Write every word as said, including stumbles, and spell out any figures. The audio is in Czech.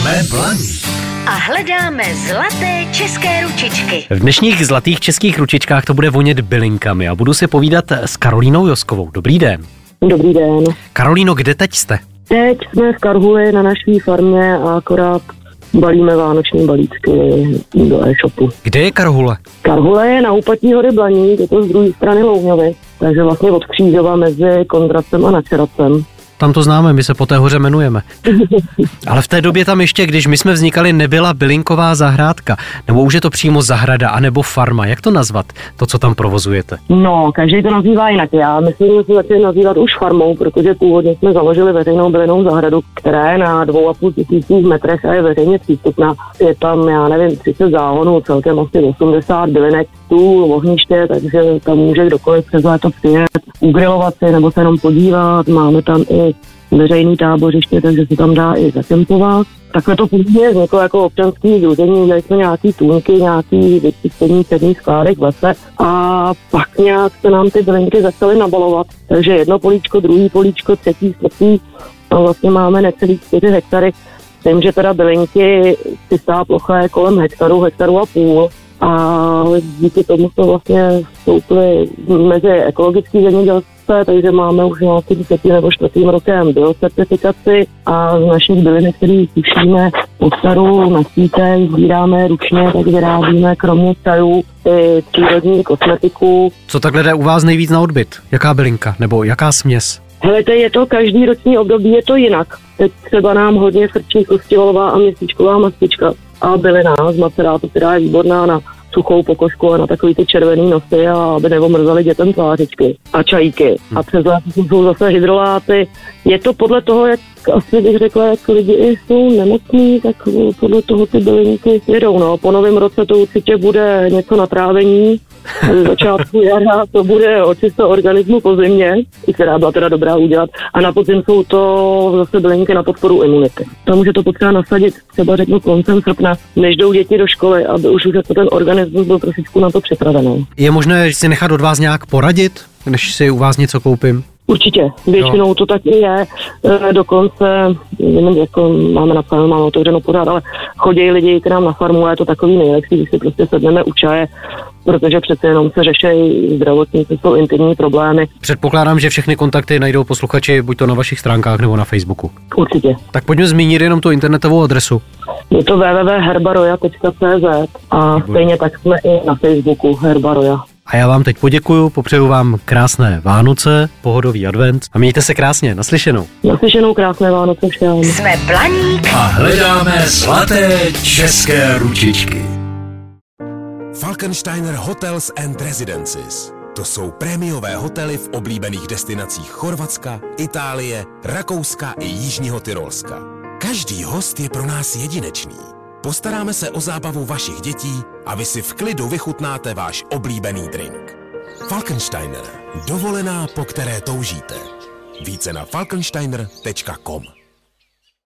Jsme Blaník a hledáme zlaté české ručičky. V dnešních zlatých českých ručičkách to bude vonět bylinkami a budu si povídat s Karolínou Joskovou. Dobrý den. Dobrý den. Karolíno, kde teď jste? Teď jsme v Karhuli na naší farmě a akorát balíme vánoční balíčky do e-shopu. Kde je Karhule? Karhule je na úpatí hory Blaník, je to z druhé strany Louňovy, takže vlastně od Křížova mezi Kondracem a Načeracem. Tam to známe, my se po té hoře jmenujeme. Ale v té době tam ještě, když my jsme vznikali, nebyla bylinková zahrádka. Nebo už je to přímo zahrada, anebo farma. Jak to nazvat, to, co tam provozujete? No, každý to nazývá jinak. Já myslím, že se začali nazývat už farmou, protože původně jsme založili veřejnou bylinnou zahradu, která je na dvou a půl tisících metrech a je veřejně přístupná. Je tam, já nevím, třicet záhonů, celkem asi osmdesát bylinek, tu ohniště, takže tam může kdokoliv přes léto přijet, ugrilovat si nebo se jenom podívat. Máme tam i veřejný tábořiště, takže se tam dá i zakempovat. Takhle to původně vzniklo jako občanský sdružení, měli jsme nějaký tůňky, nějaký vyčistění předních skládek v lese a pak nějak se nám ty bylinky začaly nabalovat. Takže jedno políčko, druhý políčko, třetí, čtvrtý a vlastně máme necelý čtyři hektary. Tím, že teda bylinky, čistá plocha je kolem hektaru, hektaru a půl. A díky tomu jsme vlastně vstoupili mezi ekologický zemědělství, takže máme už nějakým třetím nebo čtvrtým rokem biocertifikaci a z našich byliny, které sušíme po staru na sítě, sbíráme ručně, tak vyrábíme kromě čajů i přírodní kosmetiku. Co takhle jde u vás nejvíc na odbyt? Jaká bylinka nebo jaká směs? Helejte, je to každý roční období, je to jinak. Teď třeba nám hodně frčí kostivolová a měsíčková mastička a bylina z macerátu, která je výborná na suchou pokožku a na takový ty červený nosy, a aby neomrzaly dětem tvářičky a čajíky. Hmm. A přes léto jsou zase hydroláty. Je to podle toho, jak asi bych řekla, jak lidi jsou nemocní, tak podle toho ty bylinky jedou. No. Po novém roce to určitě bude něco na trávení. Z začátku jara to bude očista organismu po zimě, která byla teda dobrá udělat. A na podzim jsou to zase bylinky na podporu imunity. Tam může to potřeba nasadit třeba řeknu koncem srpna, než jdou děti do školy, aby už už jako ten organismus byl trošičku na to připravený. Je možné si nechat od vás nějak poradit, než si u vás něco koupím? Určitě, většinou no. To tak i je, e, dokonce, nevím, jako máme napsáno, máme otevřeno pořád, ale chodí lidi k nám na farmu a je to takový nejlepší, když si prostě sedneme u čaje, protože přece jenom se řeší zdravotní, to jsou intimní problémy. Předpokládám, že všechny kontakty najdou posluchači buď to na vašich stránkách nebo na Facebooku. Určitě. Tak pojďme zmínit jenom tu internetovou adresu. Je to w w w tečka herbaroja tečka c z a stejně tak jsme i na Facebooku Herbaroja. A já vám teď poděkuju, popřeju vám krásné Vánoce, pohodový advent a mějte se krásně, naslyšenou. Naslyšenou, krásné Vánoce všem. Jsme Blaník a hledáme zlaté české ručičky. Falkensteiner Hotels and Residences. To jsou prémiové hotely v oblíbených destinacích Chorvatska, Itálie, Rakouska i Jižního Tyrolska. Každý host je pro nás jedinečný. Postaráme se o zábavu vašich dětí a vy si v klidu vychutnáte váš oblíbený drink. Falkensteiner. Dovolená, po které toužíte. Více na falkensteiner tečka com.